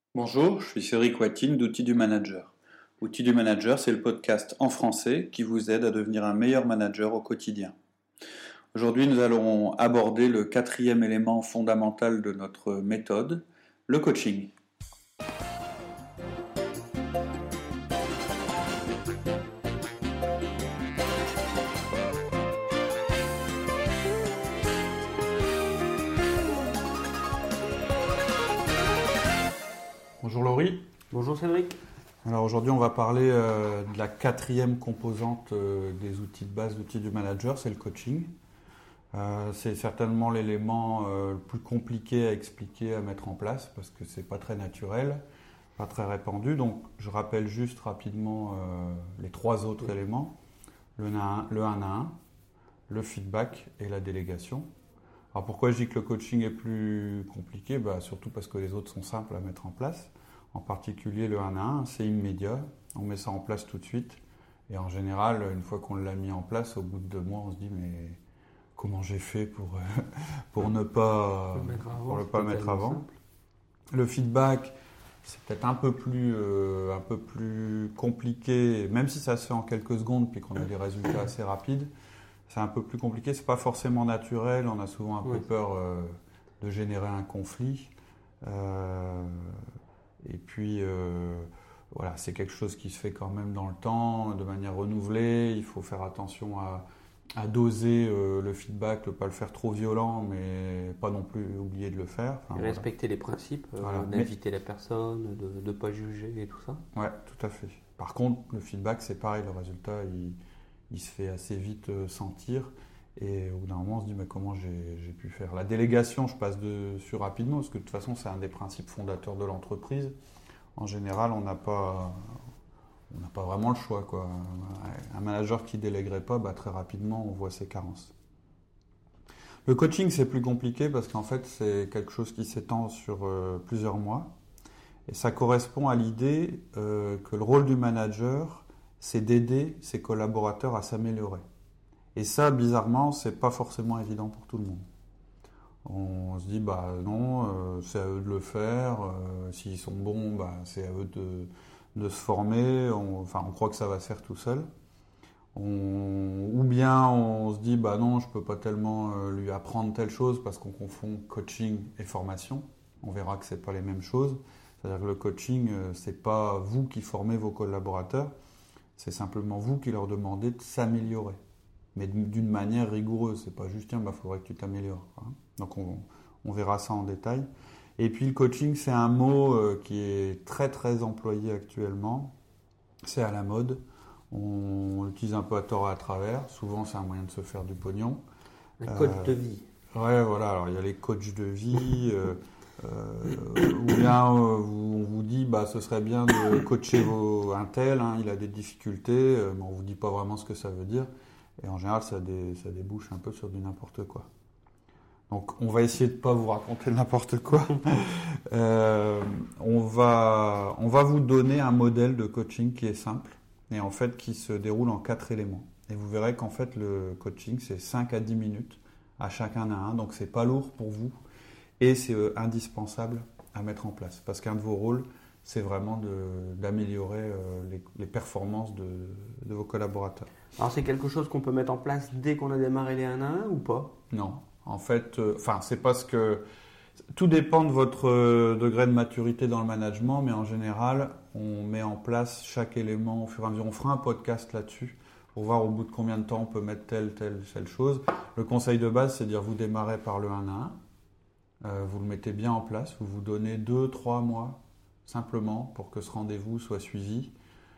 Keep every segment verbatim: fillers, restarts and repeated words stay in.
Bonjour, je suis Cédric Watine d'Outils du Manager. Outils du Manager, c'est le podcast en français qui vous aide à devenir un meilleur manager au quotidien. Aujourd'hui, nous allons aborder le quatrième élément fondamental de notre méthode, le coaching. Bonjour Laurie. Bonjour Cédric. Alors aujourd'hui, on va parler euh, de la quatrième composante euh, des outils de base d'outils du manager, c'est le coaching. Euh, c'est certainement l'élément euh, le plus compliqué à expliquer, à mettre en place, parce que c'est pas très naturel, pas très répandu. Donc je rappelle juste rapidement euh, les trois autres oui. éléments, le un à un, le feedback et la délégation. Alors pourquoi je dis que le coaching est plus compliqué? Bah, surtout parce que les autres sont simples à mettre en place. En particulier le un à un, c'est immédiat, on met ça en place tout de suite. Et en général, une fois qu'on l'a mis en place, au bout de deux mois, on se dit mais comment j'ai fait pour, pour ne pas, pour le pas mettre avant. Simple. Le feedback, c'est peut-être un peu plus, euh, un peu plus compliqué, même si ça se fait en quelques secondes puis qu'on a des résultats assez rapides. C'est un peu plus compliqué, c'est pas forcément naturel, on a souvent un oui. peu peur euh, de générer un conflit. Euh, et puis, euh, voilà, c'est quelque chose qui se fait quand même dans le temps, de manière renouvelée. Il faut faire attention à, à doser euh, le feedback, ne pas le faire trop violent, mais pas non plus oublier de le faire. Enfin, respecter voilà. les principes, euh, voilà. d'inviter mais... la personne, de ne pas juger et tout ça. Oui, tout à fait. Par contre, le feedback, c'est pareil, le résultat, il, il se fait assez vite euh, sentir. Et au bout d'un moment, on se dit, mais comment j'ai, j'ai pu faire? La délégation, je passe dessus rapidement, parce que de toute façon, c'est un des principes fondateurs de l'entreprise. En général, on n'a pas, on n'a pas vraiment le choix, quoi. Un manager qui ne délèguerait pas, bah, très rapidement, on voit ses carences. Le coaching, c'est plus compliqué, parce qu'en fait, c'est quelque chose qui s'étend sur euh, plusieurs mois. Et ça correspond à l'idée euh, que le rôle du manager, c'est d'aider ses collaborateurs à s'améliorer. Et ça, bizarrement, c'est pas forcément évident pour tout le monde. On se dit, bah non, euh, c'est à eux de le faire. Euh, s'ils sont bons, bah, c'est à eux de, de se former. On, enfin, on croit que ça va se faire tout seul. On, ou bien on se dit, bah non, je peux pas tellement euh, lui apprendre telle chose parce qu'on confond coaching et formation. On verra que c'est pas les mêmes choses. C'est-à-dire que le coaching, euh, c'est pas vous qui formez vos collaborateurs, c'est simplement vous qui leur demandez de s'améliorer. Mais d'une manière rigoureuse, c'est pas juste tiens, bah faudrait que tu t'améliores. Hein. Donc on, on verra ça en détail. Et puis le coaching, c'est un mot euh, qui est très très employé actuellement. C'est à la mode. On, on l'utilise un peu à tort et à travers. Souvent, c'est un moyen de se faire du pognon. Un coach euh, de vie. Ouais, voilà. Alors il y a les coachs de vie. euh, euh, ou bien euh, on vous dit bah ce serait bien de coacher vos, un tel. Hein, il a des difficultés, euh, mais on vous dit pas vraiment ce que ça veut dire. Et en général, ça, dé, ça débouche un peu sur du n'importe quoi. Donc, on va essayer de ne pas vous raconter n'importe quoi. euh, on, va, on va vous donner un modèle de coaching qui est simple et en fait qui se déroule en quatre éléments. Et vous verrez qu'en fait, le coaching, c'est cinq à dix minutes à chacun à un. Donc, c'est pas lourd pour vous et c'est euh, indispensable à mettre en place. Parce qu'un de vos rôles, c'est vraiment de, d'améliorer euh, les, les performances de, de vos collaborateurs. Alors c'est quelque chose qu'on peut mettre en place dès qu'on a démarré les un à un ou pas? Non, en fait, enfin euh, c'est parce que tout dépend de votre euh, degré de maturité dans le management, mais en général, on met en place chaque élément au fur et à mesure. On fera un podcast là-dessus pour voir au bout de combien de temps on peut mettre telle, telle, telle chose. Le conseil de base, c'est de dire vous démarrez par le un à un, euh, vous le mettez bien en place, vous vous donnez deux, trois mois simplement pour que ce rendez-vous soit suivi.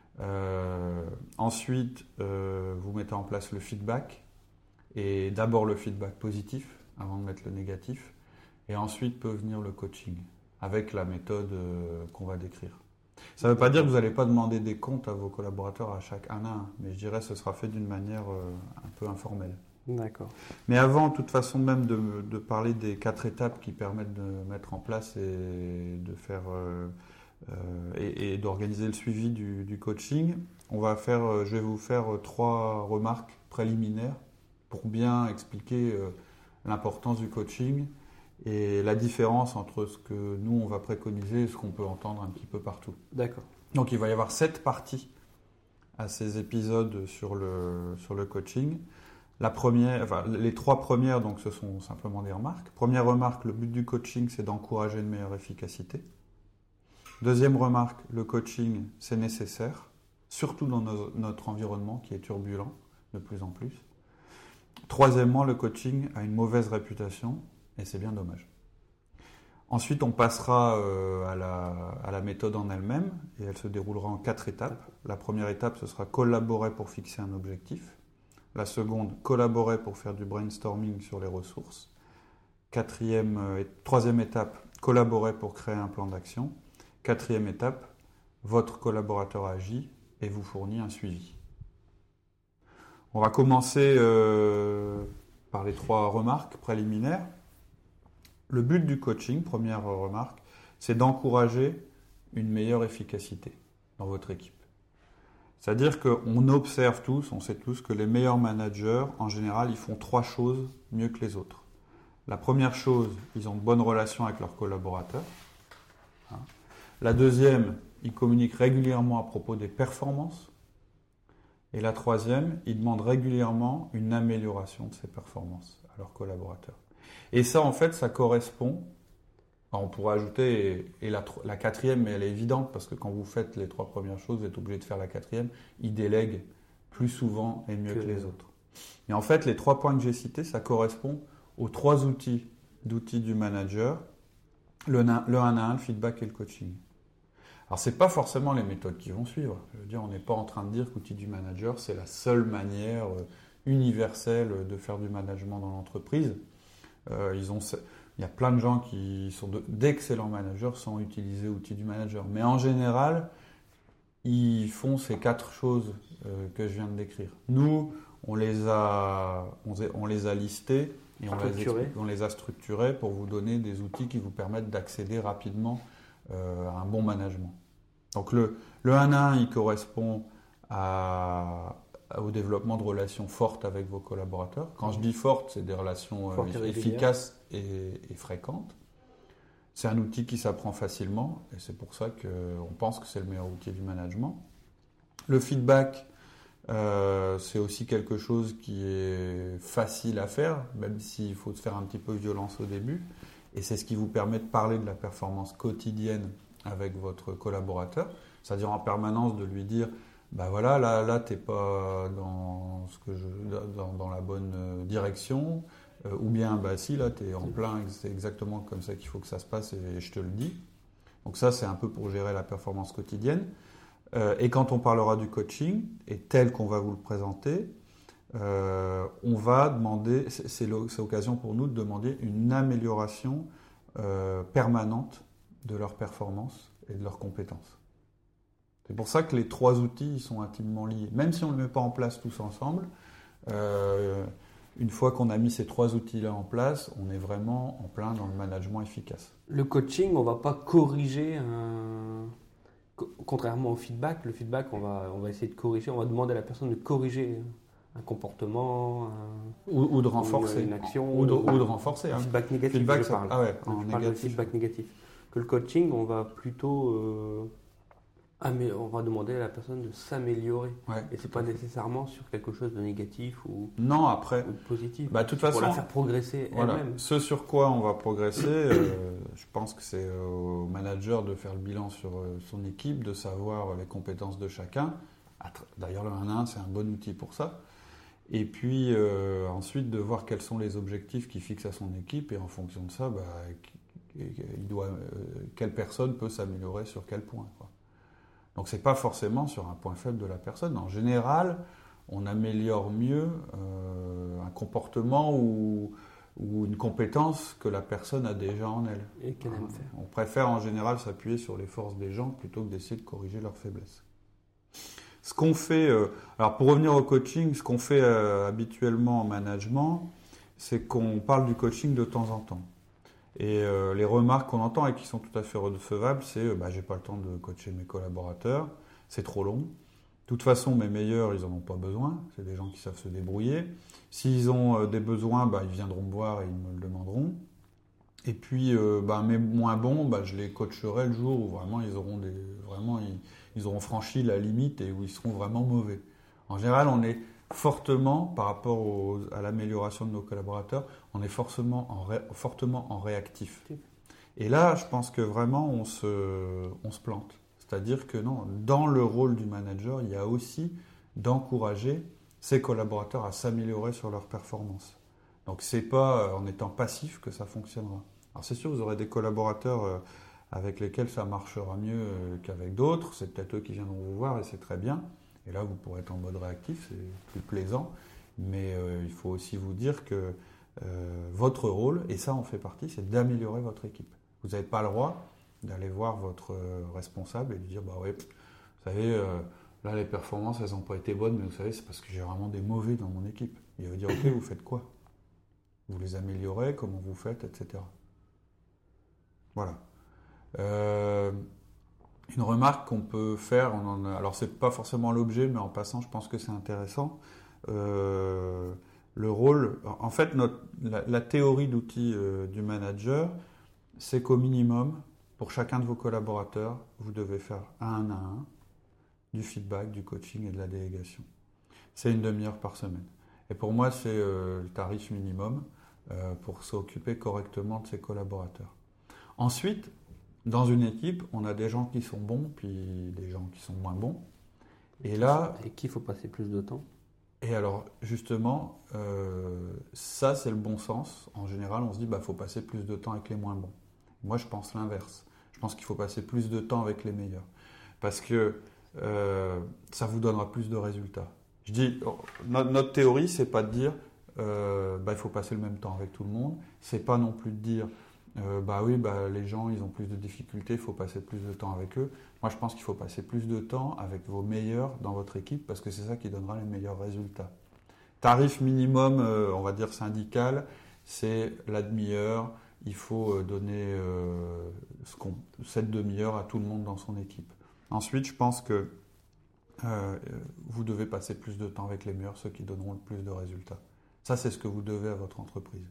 Euh, ensuite, euh, vous mettez en place le feedback, et d'abord le feedback positif avant de mettre le négatif, et ensuite peut venir le coaching avec la méthode euh, qu'on va décrire. Ça ne veut pas dire que vous n'allez pas demander des comptes à vos collaborateurs à chaque un à un, mais je dirais que ce sera fait d'une manière euh, un peu informelle. D'accord. Mais avant, de toute façon, même de, de parler des quatre étapes qui permettent de mettre en place et de faire euh, euh, et, et d'organiser le suivi du, du coaching, on va faire, je vais vous faire trois remarques préliminaires pour bien expliquer euh, l'importance du coaching et la différence entre ce que nous, on va préconiser et ce qu'on peut entendre un petit peu partout. D'accord. Donc, il va y avoir sept parties à ces épisodes sur le, sur le coaching. La première, enfin, les trois premières, donc, ce sont simplement des remarques. Première remarque, le but du coaching, c'est d'encourager une meilleure efficacité. Deuxième remarque, le coaching, c'est nécessaire, surtout dans nos, notre environnement qui est turbulent de plus en plus. Troisièmement, le coaching a une mauvaise réputation et c'est bien dommage. Ensuite, on passera euh, à, la, à la méthode en elle-même et elle se déroulera en quatre étapes. La première étape, ce sera collaborer pour fixer un objectif. La seconde, collaborer pour faire du brainstorming sur les ressources. Quatrième, euh, troisième étape, collaborer pour créer un plan d'action. Quatrième étape, votre collaborateur agit et vous fournit un suivi. On va commencer euh, par les trois remarques préliminaires. Le but du coaching, première remarque, c'est d'encourager une meilleure efficacité dans votre équipe. C'est-à-dire qu'on observe tous, on sait tous que les meilleurs managers, en général, ils font trois choses mieux que les autres. La première chose, ils ont de bonnes relations avec leurs collaborateurs. La deuxième, ils communiquent régulièrement à propos des performances. Et la troisième, ils demandent régulièrement une amélioration de ces performances à leurs collaborateurs. Et ça, en fait, ça correspond, on pourrait ajouter, et la, la quatrième, mais elle est évidente, parce que quand vous faites les trois premières choses, vous êtes obligé de faire la quatrième, ils délèguent plus souvent et mieux que, que les autres. Et en fait, les trois points que j'ai cités, ça correspond aux trois outils d'outils du manager, le, le un à un, le feedback et le coaching. Alors, ce n'est pas forcément les méthodes qui vont suivre. Je veux dire, on n'est pas en train de dire qu'outil du manager, c'est la seule manière universelle de faire du management dans l'entreprise. Euh, ils ont, il y a plein de gens qui sont de, d'excellents managers sans utiliser outil du manager. Mais en général, ils font ces quatre choses euh, que je viens de décrire. Nous, on les a, on, on les a listés et on les, on les a structurés pour vous donner des outils qui vous permettent d'accéder rapidement euh, à un bon management. Donc le, le un à un, il correspond à, au développement de relations fortes avec vos collaborateurs. Quand je dis fortes, c'est des relations euh, efficaces et, et fréquentes. C'est un outil qui s'apprend facilement et c'est pour ça qu'on pense que c'est le meilleur outil du management. Le feedback, euh, c'est aussi quelque chose qui est facile à faire, même s'il faut se faire un petit peu violence au début. Et c'est ce qui vous permet de parler de la performance quotidienne avec votre collaborateur, c'est-à-dire en permanence de lui dire ben voilà, là, là tu n'es pas dans, ce que je, dans, dans la bonne direction, euh, ou bien bah, si, là tu es en plein, c'est exactement comme ça qu'il faut que ça se passe et je te le dis. Donc ça, c'est un peu pour gérer la performance quotidienne. Euh, et quand on parlera du coaching, et tel qu'on va vous le présenter, euh, on va demander, c'est, c'est l'occasion pour nous de demander une amélioration euh, permanente de leurs performances et de leurs compétences. C'est pour ça que les trois outils ils sont intimement liés. Même si on ne le met pas en place tous ensemble, euh, une fois qu'on a mis ces trois outils-là en place, on est vraiment en plein dans le management efficace. Le coaching, on ne va pas corriger un... Contrairement au feedback, le feedback, on va, on va essayer de corriger, on va demander à la personne de corriger un comportement, un... Ou, ou de renforcer ou une action, ou de, ou de renforcer. Hein. Feedback négatif, feedback, je parle. Ah ouais, en je parle de feedback négatif. Que le coaching, on va plutôt, euh, amé- on va demander à la personne de s'améliorer. Ouais, et c'est pas nécessairement sur quelque chose de négatif ou, non, après, ou de positif. Bah, de toute pour façon, la faire progresser voilà, elle-même. Ce sur quoi on va progresser, euh, je pense que c'est au manager de faire le bilan sur euh, son équipe, de savoir les compétences de chacun. D'ailleurs, le un à un, c'est un bon outil pour ça. Et puis euh, ensuite de voir quels sont les objectifs qu'il fixe à son équipe et en fonction de ça, bah, il doit, euh, quelle personne peut s'améliorer sur quel point, quoi. Donc c'est pas forcément sur un point faible de la personne. En général, on améliore mieux euh, un comportement ou, ou une compétence que la personne a déjà en elle. Et qu'elle aime faire. On préfère en général s'appuyer sur les forces des gens plutôt que d'essayer de corriger leurs faiblesses. Ce qu'on fait, euh, alors pour revenir au coaching, ce qu'on fait euh, habituellement en management, c'est qu'on parle du coaching de temps en temps. Et euh, les remarques qu'on entend et qui sont tout à fait recevables, c'est euh, bah, j'ai pas le temps de coacher mes collaborateurs, c'est trop long. De toute façon, mes meilleurs, ils n'en ont pas besoin, c'est des gens qui savent se débrouiller. S'ils ont euh, des besoins, bah, ils viendront me voir et ils me le demanderont. Et puis, euh, bah, mes moins bons, bah, je les coacherai le jour où vraiment ils auront, des, vraiment, ils, ils auront franchi la limite et où ils seront vraiment mauvais. En général, on est fortement, par rapport au, à l'amélioration de nos collaborateurs, on est forcément en, ré, fortement en réactif. Et là, je pense que vraiment, on se, on se plante. C'est-à-dire que non, dans le rôle du manager, il y a aussi d'encourager ses collaborateurs à s'améliorer sur leur performance. Donc, ce n'est pas en étant passif que ça fonctionnera. Alors, c'est sûr, vous aurez des collaborateurs avec lesquels ça marchera mieux qu'avec d'autres. C'est peut-être eux qui viendront vous voir et c'est très bien. Et là, vous pourrez être en mode réactif, c'est plus plaisant. Mais euh, il faut aussi vous dire que euh, votre rôle, et ça en fait partie, c'est d'améliorer votre équipe. Vous n'avez pas le droit d'aller voir votre responsable et lui dire, bah ouais, vous savez, euh, là les performances, elles n'ont pas été bonnes, mais vous savez, c'est parce que j'ai vraiment des mauvais dans mon équipe. Il va dire, ok, vous faites quoi? Vous les améliorez, comment vous faites, et cetera. Voilà. Euh, une remarque qu'on peut faire, on en a, alors c'est pas forcément l'objet, mais en passant, je pense que c'est intéressant. Euh, le rôle, en fait, notre, la, la théorie d'outils euh, du manager, c'est qu'au minimum, pour chacun de vos collaborateurs, vous devez faire un à un du feedback, du coaching et de la délégation. C'est une demi-heure par semaine. Et pour moi, c'est euh, le tarif minimum euh, pour s'occuper correctement de ses collaborateurs. Ensuite, dans une équipe, on a des gens qui sont bons, puis des gens qui sont moins bons. Et là, avec qui il faut passer plus de temps. Et alors, justement, euh, ça, c'est le bon sens. En général, on se dit, bah, faut passer plus de temps avec les moins bons. Moi, je pense l'inverse. Je pense qu'il faut passer plus de temps avec les meilleurs. Parce que euh, ça vous donnera plus de résultats. Je dis, notre, notre théorie, c'est pas de dire, euh, bah, il faut passer le même temps avec tout le monde. C'est pas non plus de dire, euh, bah oui, bah, les gens, ils ont plus de difficultés, il faut passer plus de temps avec eux. Moi, je pense qu'il faut passer plus de temps avec vos meilleurs dans votre équipe parce que c'est ça qui donnera les meilleurs résultats. Tarif minimum, euh, on va dire syndical, c'est la demi-heure. Il faut donner euh, ce qu'on, cette demi-heure à tout le monde dans son équipe. Ensuite, je pense que euh, vous devez passer plus de temps avec les meilleurs, ceux qui donneront le plus de résultats. Ça, c'est ce que vous devez à votre entreprise.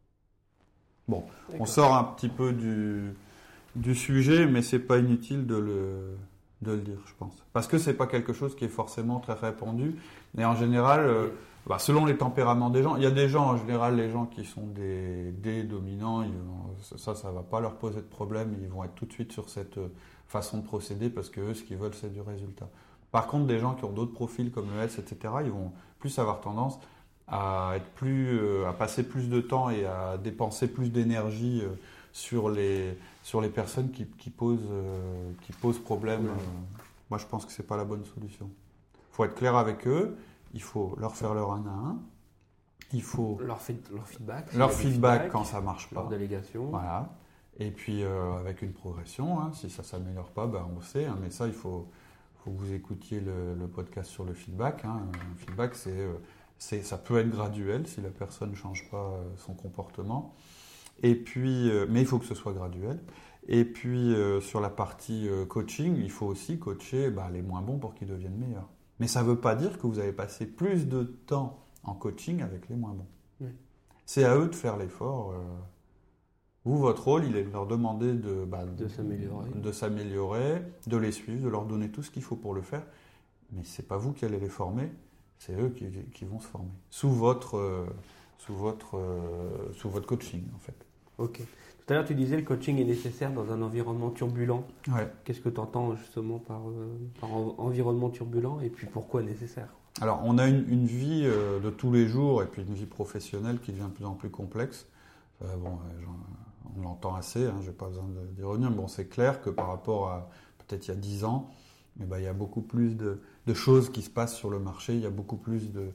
Bon, d'accord. On sort un petit peu du, du sujet, mais c'est pas inutile de le, de le dire, je pense. Parce que c'est pas quelque chose qui est forcément très répandu. Et en général, euh, bah, selon les tempéraments des gens, il y a des gens, en général, les gens qui sont des, des dominants, ils vont, ça, ça va pas leur poser de problème. Ils vont être tout de suite sur cette façon de procéder parce que eux, ce qu'ils veulent, c'est du résultat. Par contre, des gens qui ont d'autres profils comme le S, et cetera, ils vont plus avoir tendance à être plus, euh, à passer plus de temps et à dépenser plus d'énergie euh, sur les sur les personnes qui, qui posent euh, qui posent problème. Euh, moi, je pense que c'est pas la bonne solution. Il faut être clair avec eux. Il faut leur faire leur un à un. Il faut leur, fait, leur feedback, leur feedback, feedback quand ça marche pas. Leur délégation. Voilà. Et puis euh, avec une progression. Hein, si ça s'améliore pas, ben on sait. Hein, mais ça, il faut faut que vous écoutiez le, le podcast sur le feedback. Hein. Le feedback, c'est euh, C'est, ça peut être graduel si la personne ne change pas son comportement. Et puis, euh, mais il faut que ce soit graduel. Et puis, euh, sur la partie euh, coaching, il faut aussi coacher bah, les moins bons pour qu'ils deviennent meilleurs. Mais ça ne veut pas dire que vous allez passer plus de temps en coaching avec les moins bons. Oui. C'est à eux de faire l'effort. Euh, vous, votre rôle, il est de leur demander de, bah, de, s'améliorer. de s'améliorer, de les suivre, de leur donner tout ce qu'il faut pour le faire. Mais ce n'est pas vous qui allez les former. C'est eux qui, qui vont se former, sous votre, euh, sous, votre, euh, sous votre coaching en fait. Ok. Tout à l'heure tu disais que le coaching est nécessaire dans un environnement turbulent. Ouais. Qu'est-ce que tu entends justement par, euh, par environnement turbulent et puis pourquoi nécessaire? Alors on a une, une vie euh, de tous les jours et puis une vie professionnelle qui devient de plus en plus complexe. Euh, bon, euh, on l'entend assez, hein, je n'ai pas besoin d'y revenir. Bon, c'est clair que par rapport à peut-être il y a dix ans, eh ben, il y a beaucoup plus de, de choses qui se passent sur le marché, il y a beaucoup plus de,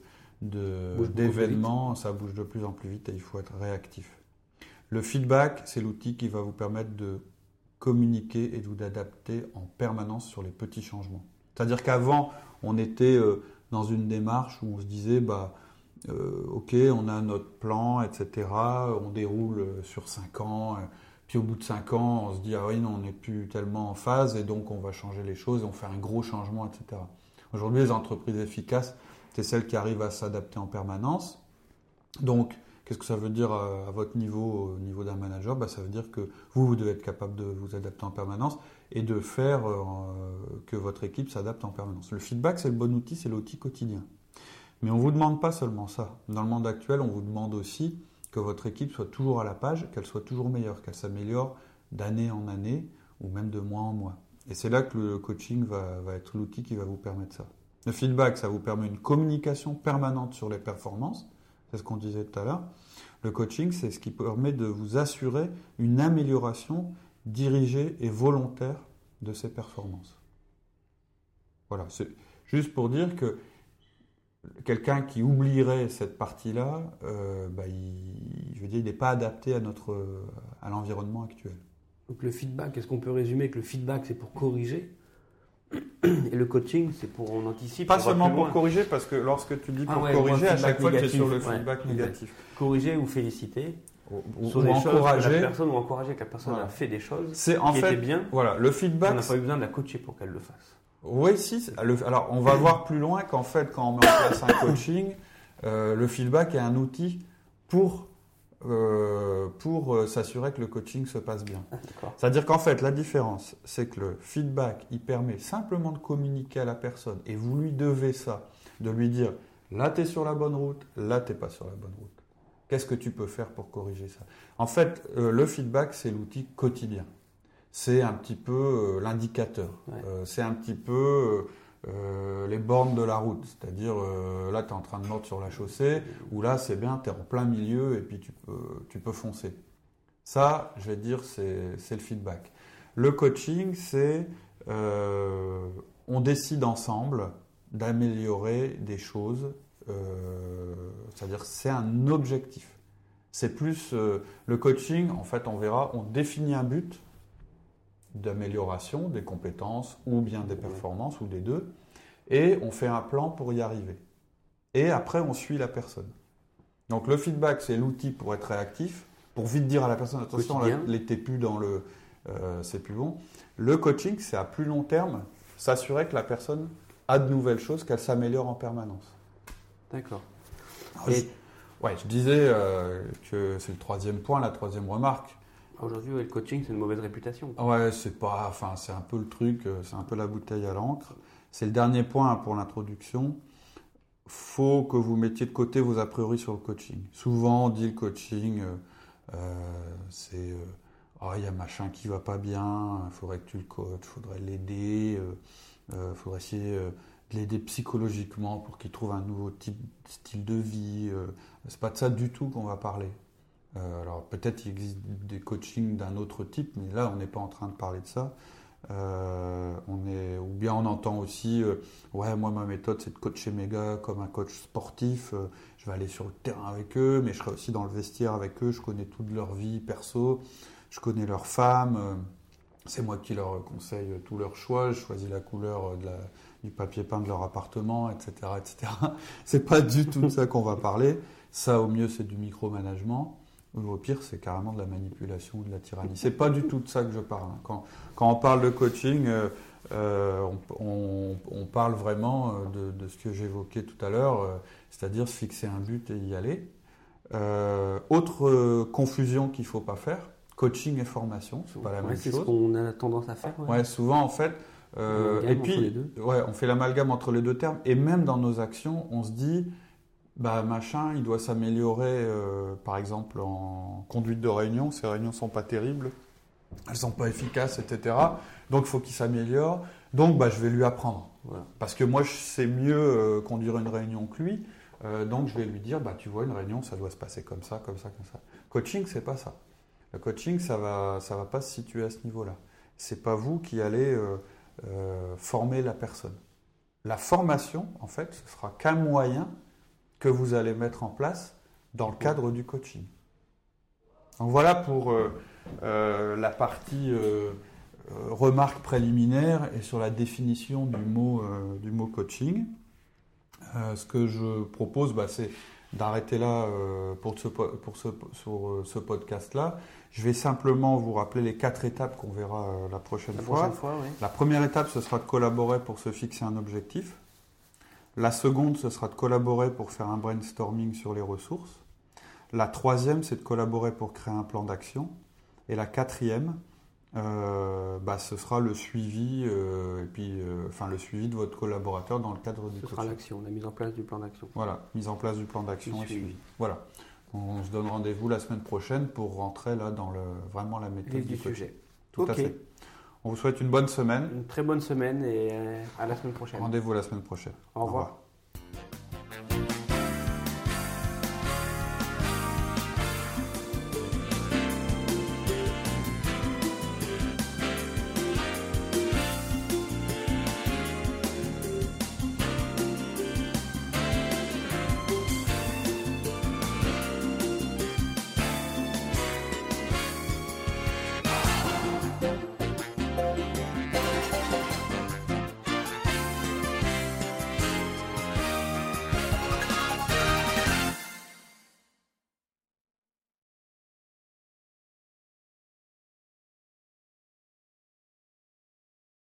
de, d'événements, ça bouge de plus en plus vite et il faut être réactif. Le feedback, c'est l'outil qui va vous permettre de communiquer et de vous adapter en permanence sur les petits changements. C'est-à-dire qu'avant, on était euh, dans une démarche où on se disait, bah, euh, ok, on a notre plan, et cetera, on déroule sur cinq ans, euh, puis au bout de cinq ans, on se dit « Ah oui, non, on n'est plus tellement en phase et donc on va changer les choses et on fait un gros changement, et cetera » Aujourd'hui, les entreprises efficaces, c'est celles qui arrivent à s'adapter en permanence. Donc, Qu'est-ce que ça veut dire à, à votre niveau, au niveau d'un manager? Bah, ça veut dire que vous, vous devez être capable de vous adapter en permanence et de faire euh, que votre équipe s'adapte en permanence. Le feedback, c'est le bon outil, c'est l'outil quotidien. Mais on ne vous demande pas seulement ça. Dans le monde actuel, on vous demande aussi que votre équipe soit toujours à la page, qu'elle soit toujours meilleure, qu'elle s'améliore d'année en année ou même de mois en mois. Et c'est là que le coaching va, va être l'outil qui va vous permettre ça. Le feedback, ça vous permet une communication permanente sur les performances. C'est ce qu'on disait tout à l'heure. Le coaching, c'est ce qui permet de vous assurer une amélioration dirigée et volontaire de ces performances. Voilà, c'est juste pour dire que quelqu'un qui oublierait cette partie-là, euh, bah, il, je veux dire, il n'est pas adapté à, notre, à l'environnement actuel. Donc le feedback, est-ce qu'on peut résumer que le feedback, c'est pour corriger et le coaching, c'est pour on anticipe. Pas seulement pour corriger, parce que lorsque tu dis pour ah ouais, corriger, à chaque fois, tu es sur le feedback ouais, négatif. Corriger ou féliciter. Ou, sur ou des encourager. Choses que la personne, ou encourager que la personne voilà. a fait des choses c'est, en qui fait, étaient bien. Voilà, le feedback. On n'a pas eu besoin de la coacher pour qu'elle le fasse. Oui, si. Le, alors, on va voir plus loin qu'en fait, quand on met en place un coaching, euh, le feedback est un outil pour, euh, pour euh, s'assurer que le coaching se passe bien. D'accord. C'est-à-dire qu'en fait, la différence, c'est que le feedback, il permet simplement de communiquer à la personne et vous lui devez ça, de lui dire là, tu es sur la bonne route, là, tu n'es pas sur la bonne route. Qu'est-ce que tu peux faire pour corriger ça? En fait, euh, le feedback, c'est l'outil quotidien. C'est un petit peu euh, l'indicateur. Ouais. Euh, c'est un petit peu euh, les bornes de la route. C'est-à-dire, euh, là, tu es en train de mordre sur la chaussée, ou là, c'est bien, tu es en plein milieu et puis tu peux, tu peux foncer. Ça, je vais dire, c'est, c'est le feedback. Le coaching, c'est euh, on décide ensemble d'améliorer des choses. Euh, c'est-à-dire, c'est un objectif. C'est plus euh, le coaching, en fait, on verra, on définit un but d'amélioration des compétences ou bien des performances ou des deux et on fait un plan pour y arriver et après on suit la personne. Donc le feedback, c'est l'outil pour être réactif, pour vite dire à la personne attention, là, les t'es plus dans le euh, c'est plus bon. Le coaching, c'est à plus long terme, s'assurer que la personne a de nouvelles choses, qu'elle s'améliore en permanence. D'accord. Alors, et... je, ouais, je disais euh, que c'est le troisième point, la troisième remarque. Aujourd'hui, le coaching, c'est une mauvaise réputation. Ouais, c'est pas, enfin, c'est un peu le truc, c'est un peu la bouteille à l'encre. C'est le dernier point pour l'introduction. Faut que vous mettiez de côté vos a priori sur le coaching. Souvent, on dit le coaching, euh, euh, c'est, euh, oh, il y a machin qui va pas bien, il faudrait que tu le coaches, il faudrait l'aider, il euh, euh, faudrait essayer euh, de l'aider psychologiquement pour qu'il trouve un nouveau type, style de vie. Euh, c'est pas de ça du tout qu'on va parler. Euh, alors peut-être il existe des coachings d'un autre type, mais là on n'est pas en train de parler de ça. Euh, on est, ou bien on entend aussi, euh, ouais moi ma méthode c'est de coacher mes gars comme un coach sportif. Euh, je vais aller sur le terrain avec eux, mais je serai aussi dans le vestiaire avec eux. Je connais toute leur vie perso, je connais leurs femmes. Euh, c'est moi qui leur conseille tous leurs choix. Je choisis la couleur de la, du papier peint de leur appartement, et cetera, et cetera. C'est pas du tout de ça qu'on va parler. Ça au mieux c'est du micromanagement. Ou au pire, c'est carrément de la manipulation ou de la tyrannie. C'est pas du tout de ça que je parle. Quand, quand on parle de coaching, euh, euh, on, on, on parle vraiment de, de ce que j'évoquais tout à l'heure, euh, c'est-à-dire se fixer un but et y aller. Euh, autre euh, confusion qu'il ne faut pas faire, coaching et formation, c'est pas la ouais, même c'est chose. C'est ce qu'on a tendance à faire. Ouais, ouais souvent en fait. Euh, et puis, ouais, on fait l'amalgame entre les deux termes. Et même dans nos actions, on se dit. Bah, machin, il doit s'améliorer, euh, par exemple, en conduite de réunion. Ces réunions ne sont pas terribles, elles ne sont pas efficaces, et cetera. Donc, il faut qu'il s'améliore. Donc, bah, je vais lui apprendre. Voilà. Parce que moi, je sais mieux euh, conduire une réunion que lui. Euh, donc, je vais lui dire, bah, tu vois, une réunion, ça doit se passer comme ça, comme ça, comme ça. Coaching, c'est pas ça. Le coaching, ça va, ça va pas se situer à ce niveau-là. C'est pas vous qui allez euh, euh, former la personne. La formation, en fait, ce sera qu'un moyen que vous allez mettre en place dans le cadre du coaching. Donc voilà pour euh, euh, la partie euh, euh, remarque préliminaire et sur la définition du mot, euh, du mot coaching. Euh, ce que je propose, bah, c'est d'arrêter là euh, pour, ce, pour ce, sur ce podcast-là. Je vais simplement vous rappeler les quatre étapes qu'on verra euh, la prochaine la fois. Prochaine fois oui. La première étape, ce sera de collaborer pour se fixer un objectif. La seconde, ce sera de collaborer pour faire un brainstorming sur les ressources. La troisième, c'est de collaborer pour créer un plan d'action. Et la quatrième, euh, bah, ce sera le suivi, euh, et puis, euh, enfin, le suivi de votre collaborateur dans le cadre du Ce coaching. sera l'action, la mise en place du plan d'action. Voilà, mise en place du plan d'action Le et suivi. suivi. Voilà. On se donne rendez-vous la semaine prochaine pour rentrer là dans le, vraiment la méthode Vif du du coaching. sujet. Tout Ok. à fait. On vous souhaite une bonne semaine. Une très bonne semaine et à la semaine prochaine. Rendez-vous la semaine prochaine. Au revoir.